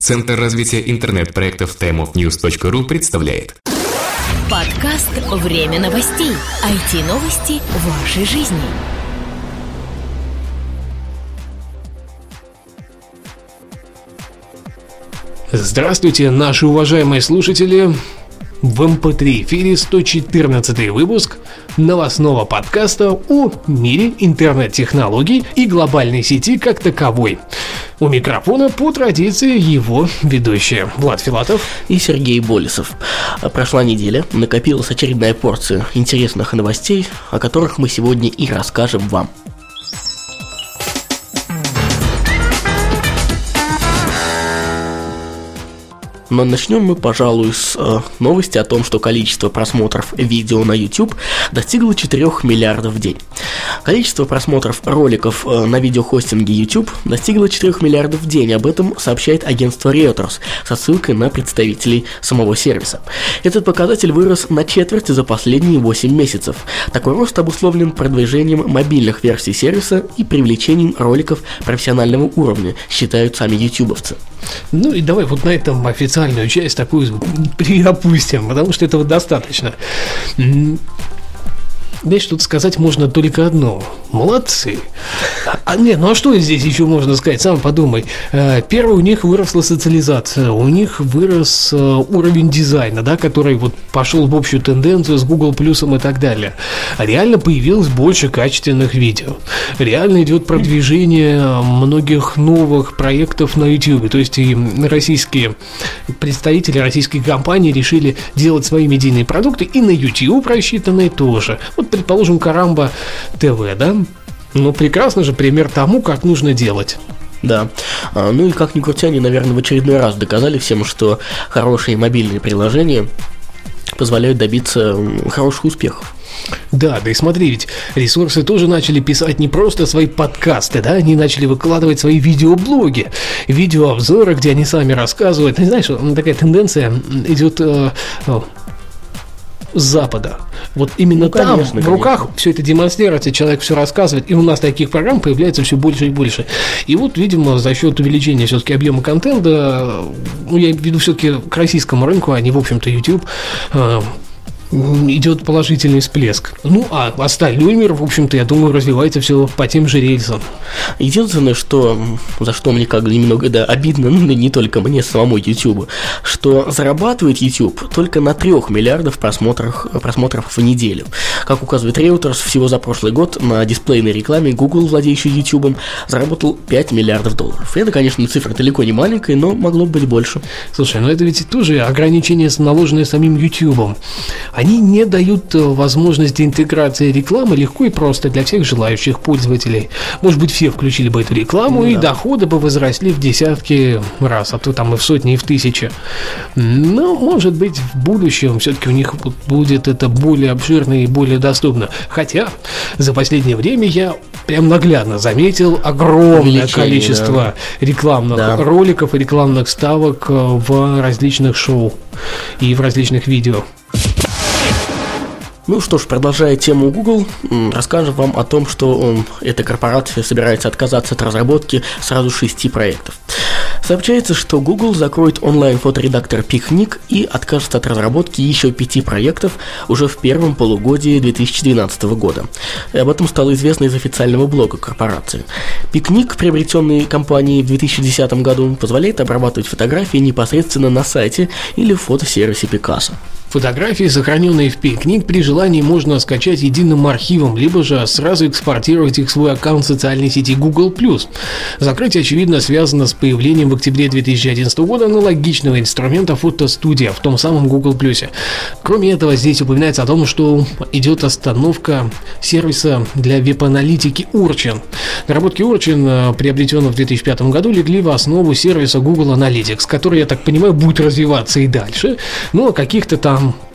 Центр развития интернет-проектов timeofnews.ru представляет подкаст «Время новостей». IT-новости вашей жизни. Здравствуйте, наши уважаемые слушатели! В МП3 эфире 114 выпуск новостного подкаста о мире интернет-технологий и глобальной сети как таковой. У микрофона по традиции его ведущие Влад Филатов и Сергей Болесов. Прошла неделя, накопилась очередная порция интересных новостей, о которых мы сегодня и расскажем вам. Но начнем мы, пожалуй, с новости о том, что количество просмотров видео на YouTube достигло 4 миллиардов в день. Количество просмотров роликов на видеохостинге YouTube достигло 4 миллиардов в день. Об этом сообщает агентство Reuters со ссылкой на представителей самого сервиса. Этот показатель вырос на четверть за последние 8 месяцев. Такой рост обусловлен продвижением мобильных версий сервиса и привлечением роликов профессионального уровня, считают сами ютубовцы. Ну и давай вот на этом официальную часть такую приопустим, потому что этого достаточно. Дальше тут сказать можно только одно. Молодцы. Ну а что здесь еще можно сказать? Сам подумай. Первое, у них выросла социализация, у них вырос уровень дизайна, да, который вот пошел в общую тенденцию с Google Плюсом и так далее. Реально появилось больше качественных видео. Реально идет продвижение многих новых проектов на YouTube. То есть и российские представители, российские компании решили делать свои медийные продукты и на YouTube рассчитанные тоже. Вот, предположим, Карамба ТВ, да? Ну, прекрасно же пример тому, как нужно делать. Да, ну и как ни крути, они, наверное, в очередной раз доказали всем, что хорошие мобильные приложения позволяют добиться хороших успехов. Да и смотри, ведь ресурсы тоже начали писать не просто свои подкасты, да, они начали выкладывать свои видеоблоги, видеообзоры, где они сами рассказывают. Ты знаешь, такая тенденция идет с Запада. Вот именно там, конечно, в руках все это демонстрируется, человек все рассказывает, и у нас таких программ появляется все больше и больше. И вот, видимо, за счет увеличения все-таки объема контента, я веду все-таки к российскому рынку, а не, в общем-то, YouTube, идет положительный всплеск. Ну, а остальной мир, в общем-то, я думаю, развивается все по тем же рельсам. Единственное, что, за что мне как бы немного обидно, ну, не только мне, самому YouTube, что зарабатывает YouTube только на 3 миллиардов просмотров в неделю. Как указывает Reuters, всего за прошлый год на дисплейной рекламе Google, владеющий YouTube, заработал $5 миллиардов. Это, конечно, цифра далеко не маленькая, но могло быть больше. Слушай, ну это ведь тоже ограничения, наложенные самим YouTube. Они не дают возможности интеграции рекламы легко и просто для всех желающих пользователей. Может быть, все включили бы эту рекламу, и доходы бы возросли в десятки раз, а то там и в сотни, и в тысячи. Но, может быть, в будущем все-таки у них будет это более обширно и более доступно. Хотя за последнее время я прям наглядно заметил огромное количество рекламных роликов и рекламных ставок в различных шоу и в различных видео. Ну что ж, продолжая тему Google, расскажем вам о том, что эта корпорация собирается отказаться от разработки сразу 6 проектов. Сообщается, что Google закроет онлайн-фоторедактор Picnic и откажется от разработки еще 5 проектов уже в первом полугодии 2012 года. И об этом стало известно из официального блога корпорации. Picnic, приобретенный компанией в 2010 году, позволяет обрабатывать фотографии непосредственно на сайте или в фотосервисе Picasa. Фотографии, сохраненные в Picnic, при желании можно скачать единым архивом, либо же сразу экспортировать их в свой аккаунт в социальной сети Google+. Закрытие, очевидно, связано с появлением в октябре 2011 года аналогичного инструмента фотостудия в том самом Google+. Кроме этого, здесь упоминается о том, что идет остановка сервиса для веб-аналитики Urchin. Наработки Urchin, приобретенные в 2005 году, легли в основу сервиса Google Analytics, который, я так понимаю, будет развиваться и дальше, но о каких-то там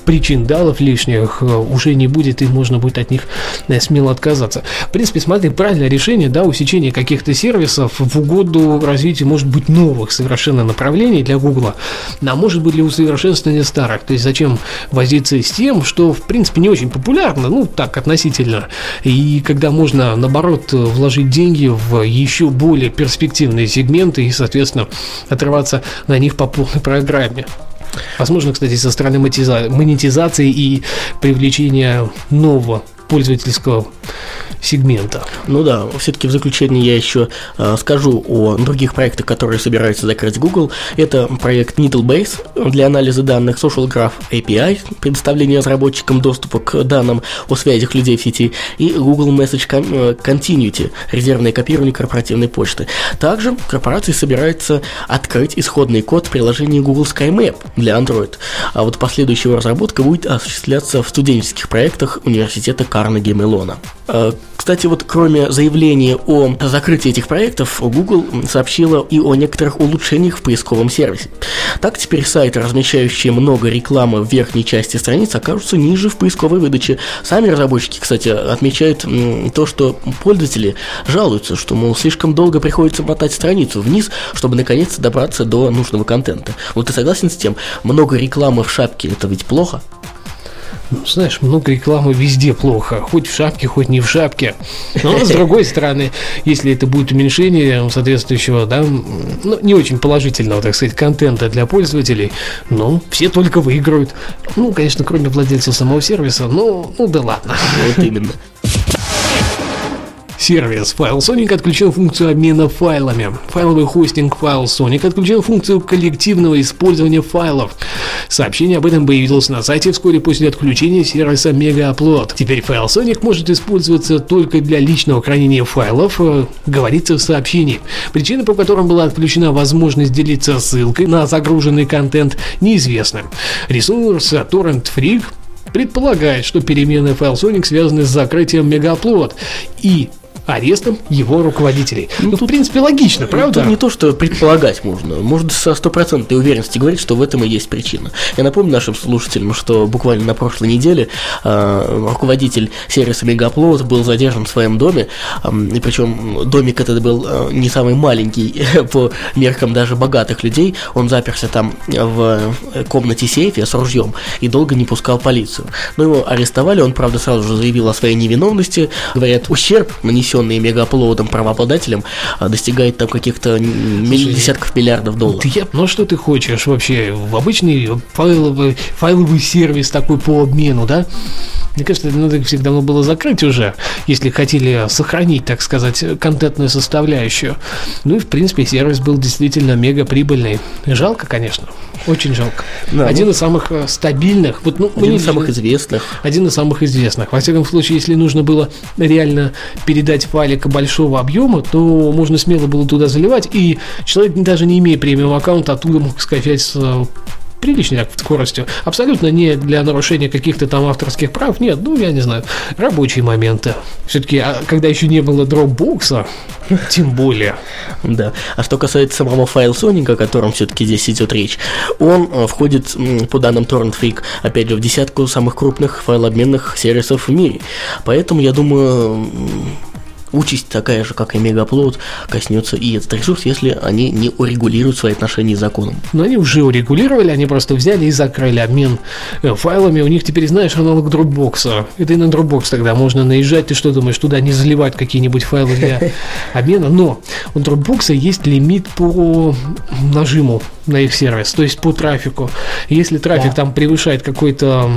причиндалов лишних уже не будет, и можно будет от них смело отказаться. В принципе, смотри, правильное решение, да, усечение каких-то сервисов в угоду развитию, может быть, новых совершенно направлений для Гугла, а может быть, для усовершенствования старых. То есть зачем возиться с тем, что, в принципе, не очень популярно, ну, так, относительно, и когда можно, наоборот, вложить деньги в еще более перспективные сегменты и, соответственно, отрываться на них по полной программе. Возможно, кстати, со стороны монетизации и привлечения нового пользовательского сегмента. Ну да, все-таки в заключение я еще скажу о других проектах, которые собираются закрыть Google. Это проект Needlebase для анализа данных, Social Graph API, предоставление разработчикам доступа к данным о связях людей в сети, и Google Message Continuity, резервное копирование корпоративной почты. Также корпорация собирается открыть исходный код в приложении Google Sky Map для Android, а вот последующая его разработка будет осуществляться в студенческих проектах университета Карнеги Меллона. Кстати, вот кроме заявления о закрытии этих проектов, Google сообщила и о некоторых улучшениях в поисковом сервисе. Так, теперь сайты, размещающие много рекламы в верхней части страниц, окажутся ниже в поисковой выдаче. Сами разработчики, кстати, отмечают то, что пользователи жалуются, что, мол, слишком долго приходится мотать страницу вниз, чтобы наконец-то добраться до нужного контента. Вот ты согласен с тем? Много рекламы в шапке – это ведь плохо? Ну, знаешь, много рекламы везде плохо, хоть в шапке, хоть не в шапке. Но с другой стороны, если это будет уменьшение соответствующего, да, ну, не очень положительного, так сказать, контента для пользователей, ну, все только выиграют. Ну, конечно, кроме владельцев самого сервиса, ну да ладно. Вот именно. Сервис FileSonic отключил функцию обмена файлами. Файловый хостинг FileSonic отключил функцию коллективного использования файлов. Сообщение об этом появилось на сайте вскоре после отключения сервиса MegaUpload. Теперь FileSonic может использоваться только для личного хранения файлов, говорится в сообщении. Причина, по которым была отключена возможность делиться ссылкой на загруженный контент, неизвестна. Ресурс Torrent Freak предполагает, что перемены FileSonic связаны с закрытием MegaUpload и арестом его руководителей. Ну, в принципе, логично, правда? Тут не то, что предполагать можно со стопроцентной уверенностью говорить, что в этом и есть причина. Я напомню нашим слушателям, что буквально на прошлой неделе руководитель сервиса MegaUpload был задержан в своем доме, и причем домик этот был не самый маленький по меркам даже богатых людей. Он заперся там в комнате сейфе с ружьем и долго не пускал полицию. Но его арестовали, он, правда, сразу же заявил о своей невиновности. Говорят, ущерб, нанесенный мегаплодом правообладателям, достигает там каких-то десятков миллиардов долларов. Ну что ты хочешь вообще? В обычный файловый сервис такой по обмену, да? Мне кажется, это надо всегда давно было закрыть уже, если хотели сохранить, так сказать, контентную составляющую. Ну и, в принципе, сервис был действительно мега прибыльный. Жалко, конечно, очень жалко. Да, один из самых стабильных. Вот, один из самых известных. Один из самых известных. Во всяком случае, если нужно было реально передать файлик большого объема, то можно смело было туда заливать, и человек, даже не имея премиум аккаунта, оттуда мог скачать с приличной так, скоростью. Абсолютно не для нарушения каких-то там авторских прав. Нет, я не знаю. Рабочие моменты. Все-таки, когда еще не было Dropbox, тем более. Да. А что касается самого FileSonic, о котором все-таки здесь идет речь, он входит, по данным Torrent Freak, опять же, в десятку самых крупных файлообменных сервисов в мире. Поэтому, я думаю, участь такая же, как и MegaUpload, коснется и этот ресурс, если они не урегулируют свои отношения с законом. Но они уже урегулировали, они просто взяли и закрыли обмен файлами. У них теперь, знаешь, аналог Dropbox. Это и на Dropbox тогда можно наезжать. Ты что думаешь, туда не заливать какие-нибудь файлы для обмена? Но у Dropbox есть лимит по нажиму на их сервис, то есть по трафику. Если трафик там превышает какой-то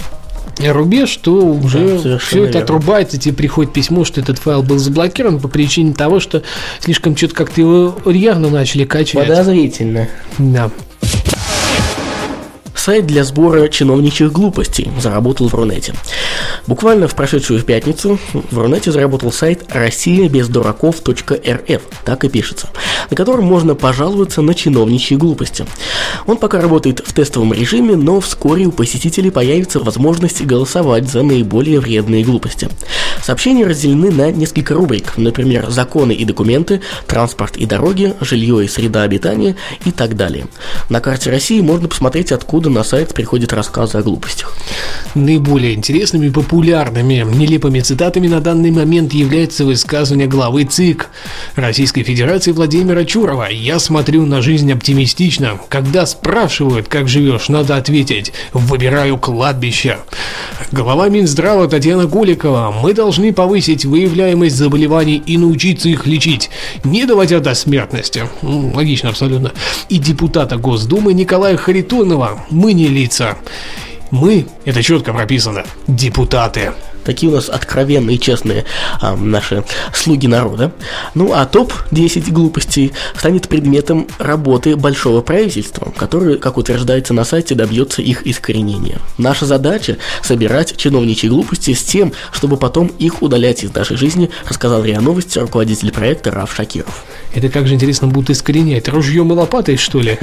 рубеж, то уже все это отрубается, тебе приходит письмо, что этот файл был заблокирован по причине того, что слишком что-то как-то его рьяно начали качать. Подозрительно. Да. Сайт для сбора чиновничьих глупостей заработал в Рунете. Буквально в прошедшую пятницу в Рунете заработал сайт россиябездураков.рф, так и пишется, на котором можно пожаловаться на чиновничьи глупости. Он пока работает в тестовом режиме, но вскоре у посетителей появится возможность голосовать за наиболее вредные глупости. Сообщения разделены на несколько рубрик, например, законы и документы, транспорт и дороги, жилье и среда обитания и так далее. На карте России можно посмотреть, откуда на сайт приходят рассказы о глупостях. Наиболее интересными и популярными нелепыми цитатами на данный момент является высказывание главы ЦИК Российской Федерации Владимира Чурова: «Я смотрю на жизнь оптимистично. Когда спрашивают, как живешь, надо ответить: выбираю кладбище». Глава Минздрава Татьяна Голикова: «Мы должны повысить выявляемость заболеваний и научиться их лечить, не доводя до смертности». Логично абсолютно. И депутата Госдумы Николая Харитонова: «Мы не лица. Мы, это четко прописано, депутаты». Такие у нас откровенные и честные наши слуги народа. Ну а топ-10 глупостей станет предметом работы большого правительства, которое, как утверждается на сайте, добьется их искоренения. Наша задача – собирать чиновничьи глупости с тем, чтобы потом их удалять из нашей жизни, рассказал РИА Новости руководитель проекта Раф Шакиров. Это как же интересно будут искоренять? Ружьем и лопатой, что ли?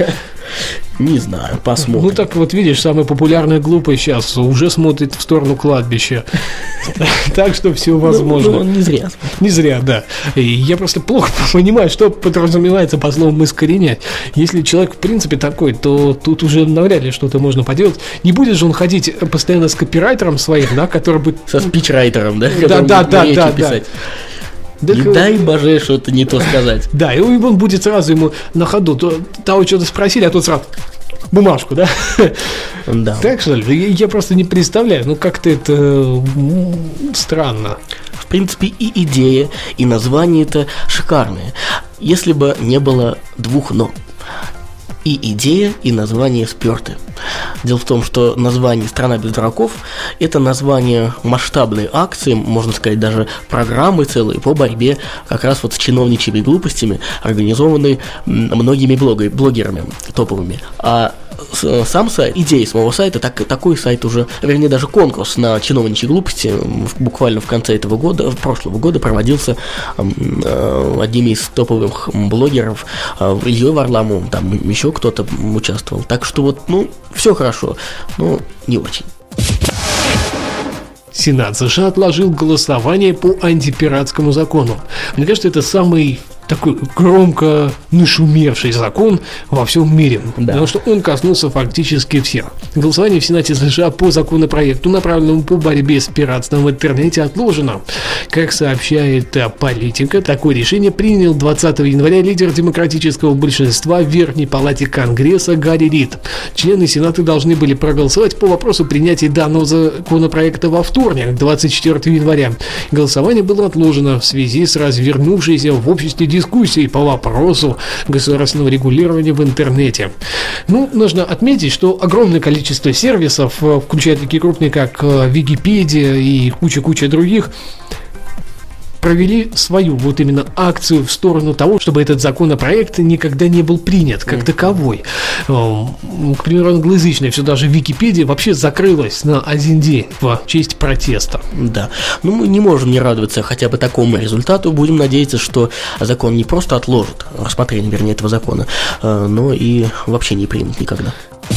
Не знаю, посмотрим. Ну так вот видишь, самая популярная глупость сейчас уже смотрит в сторону кладбища. Так что все возможно. Не зря. Не зря, да. И я просто плохо понимаю, что подразумевается по словам «искоренять». Если человек в принципе такой, то тут уже навряд ли что-то можно поделать. Не будет же он ходить постоянно с копирайтером своим, да, который будет... Со спичрайтером, да? Да. Не дай боже что-то не то сказать. Да, и он будет сразу ему на ходу того что-то спросили, а тот сразу бумажку, да? Да. Так что ли? Я просто не представляю, ну как-то это странно. В принципе, и идея, и название-то шикарные. Если бы не было двух «но». И идея, и название сперты. Дело в том, что название «Страна без дураков» – это название масштабной акции, можно сказать, даже программы целой по борьбе как раз вот с чиновничьими глупостями, организованной многими блогерами топовыми. А сам сайт, идея самого сайта, такой сайт уже, вернее, даже конкурс на чиновничьи глупости буквально в конце этого года, прошлого года проводился одними из топовых блогеров, Ильей Варламовым, там еще кто-то участвовал. Так что вот, все хорошо, но не очень. Сенат США отложил голосование по антипиратскому закону. Мне кажется, это самый такой громко нашумевший закон во всем мире, да. Потому что он коснулся фактически всех. Голосование в Сенате США по законопроекту, направленному по борьбе с пиратством в интернете, отложено. Как сообщает Политика, такое решение принял 20 января лидер демократического большинства в Верхней палате Конгресса Гарри Рид. Члены Сената должны были проголосовать по вопросу принятия данного законопроекта во вторник, 24 января. Голосование было отложено в связи с развернувшейся в обществе дискуссии по вопросу государственного регулирования в интернете. Нужно отметить, что огромное количество сервисов, включая такие крупные, как Википедия и куча других, провели свою вот именно акцию в сторону того, чтобы этот законопроект никогда не был принят как таковой. К примеру, англоязычная все даже Википедия вообще закрылась на один день в честь протеста. Да, мы не можем не радоваться хотя бы такому результату. Будем надеяться, что закон не просто отложит рассмотрение, вернее, этого закона, но и вообще не примет никогда.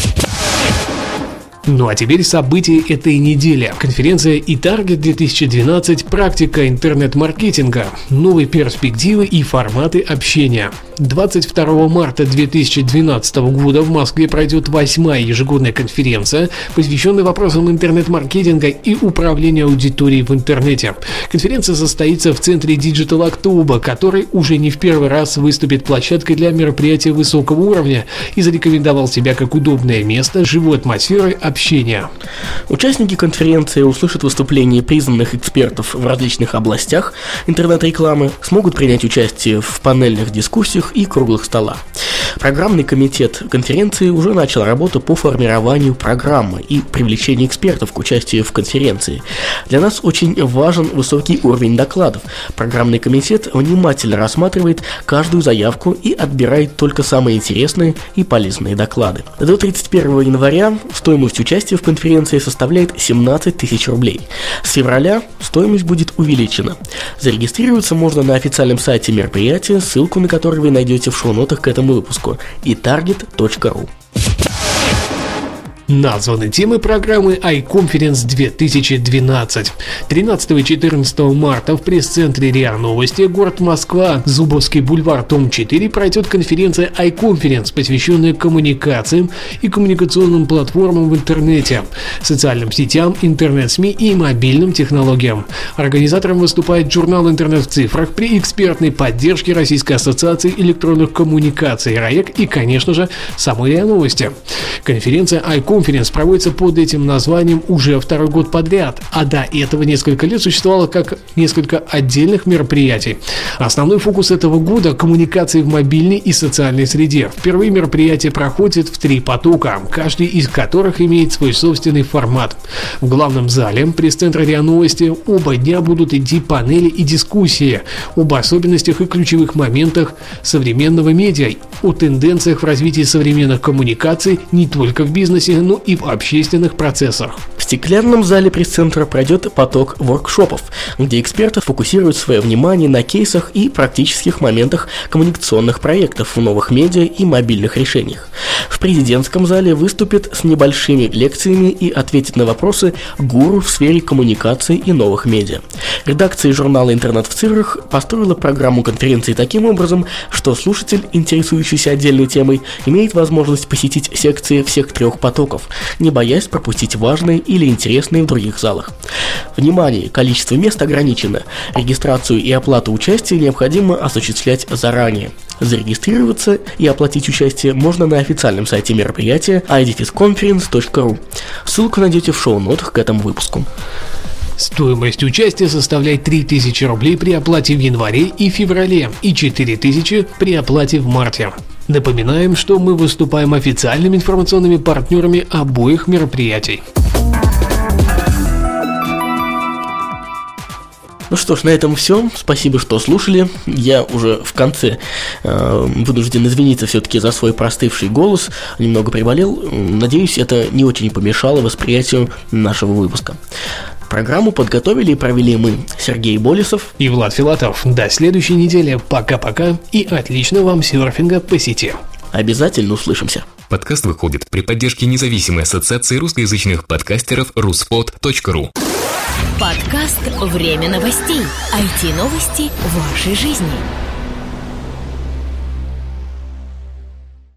А теперь события этой недели. Конференция eTarget 2012. Практика интернет-маркетинга. Новые перспективы и форматы общения. 22 марта 2012 года в Москве пройдет 8-я ежегодная конференция, посвященная вопросам интернет-маркетинга и управления аудиторией в интернете. Конференция состоится в центре Digital October, который уже не в первый раз выступит площадкой для мероприятия высокого уровня и зарекомендовал себя как удобное место с живой атмосферой общения. Участники конференции услышат выступления признанных экспертов в различных областях интернет-рекламы, смогут принять участие в панельных дискуссиях брифингах и круглых столах. Программный комитет конференции уже начал работу по формированию программы и привлечению экспертов к участию в конференции. Для нас очень важен высокий уровень докладов. Программный комитет внимательно рассматривает каждую заявку и отбирает только самые интересные и полезные доклады. До 31 января стоимость участия в конференции составляет 17 тысяч рублей. С февраля стоимость будет увеличена. Зарегистрироваться можно на официальном сайте мероприятия, ссылку на который вы найдете в шоу-нотах к этому выпуску, и target.ru. Названы темы программы iConference 2012. 13 и 14 марта в пресс-центре РИА Новости, город Москва, Зубовский бульвар, дом 4, пройдет конференция iConference, посвященная коммуникациям и коммуникационным платформам в интернете, социальным сетям, интернет-СМИ и мобильным технологиям. Организатором выступает журнал «Интернет в цифрах» при экспертной поддержке Российской ассоциации электронных коммуникаций РАЭК и, конечно же, самой РИА Новости. Конференция iConference проводится под этим названием уже второй год подряд, а до этого несколько лет существовало как несколько отдельных мероприятий. Основной фокус этого года – коммуникации в мобильной и социальной среде. Впервые мероприятие проходит в 3 потока, каждый из которых имеет свой собственный формат. В главном зале пресс-центра РИА Новости оба дня будут идти панели и дискуссии об особенностях и ключевых моментах современного медиа, о тенденциях в развитии современных коммуникаций не только в бизнесе, но и в общественных процессах. В стеклянном зале пресс-центра пройдет поток воркшопов, где эксперты фокусируют свое внимание на кейсах и практических моментах коммуникационных проектов в новых медиа и мобильных решениях. В президентском зале выступит с небольшими лекциями и ответит на вопросы гуру в сфере коммуникаций и новых медиа. Редакция журнала «Интернет в цифрах» построила программу конференции таким образом, что слушатель, интересующийся отдельной темой, имеет возможность посетить секции всех 3 потоков, не боясь пропустить важные или интересные в других залах. Внимание! Количество мест ограничено. Регистрацию и оплату участия необходимо осуществлять заранее. Зарегистрироваться и оплатить участие можно на официальном сайте мероприятия idfisconference.ru. Ссылку найдете в шоу-нотах к этому выпуску. Стоимость участия составляет 3000 рублей при оплате в январе и феврале и 4000 при оплате в марте. Напоминаем, что мы выступаем официальными информационными партнерами обоих мероприятий. Ну что ж, на этом все. Спасибо, что слушали. Я уже в конце вынужден извиниться все-таки за свой простывший голос. Немного приболел. Надеюсь, это не очень помешало восприятию нашего выпуска. Программу подготовили и провели мы, Сергей Болесов и Влад Филатов. До следующей недели. Пока-пока и отличного вам серфинга по сети. Обязательно услышимся. Подкаст выходит при поддержке независимой ассоциации русскоязычных подкастеров ruspod.ru. Подкаст «Время новостей». IT-новости вашей жизни.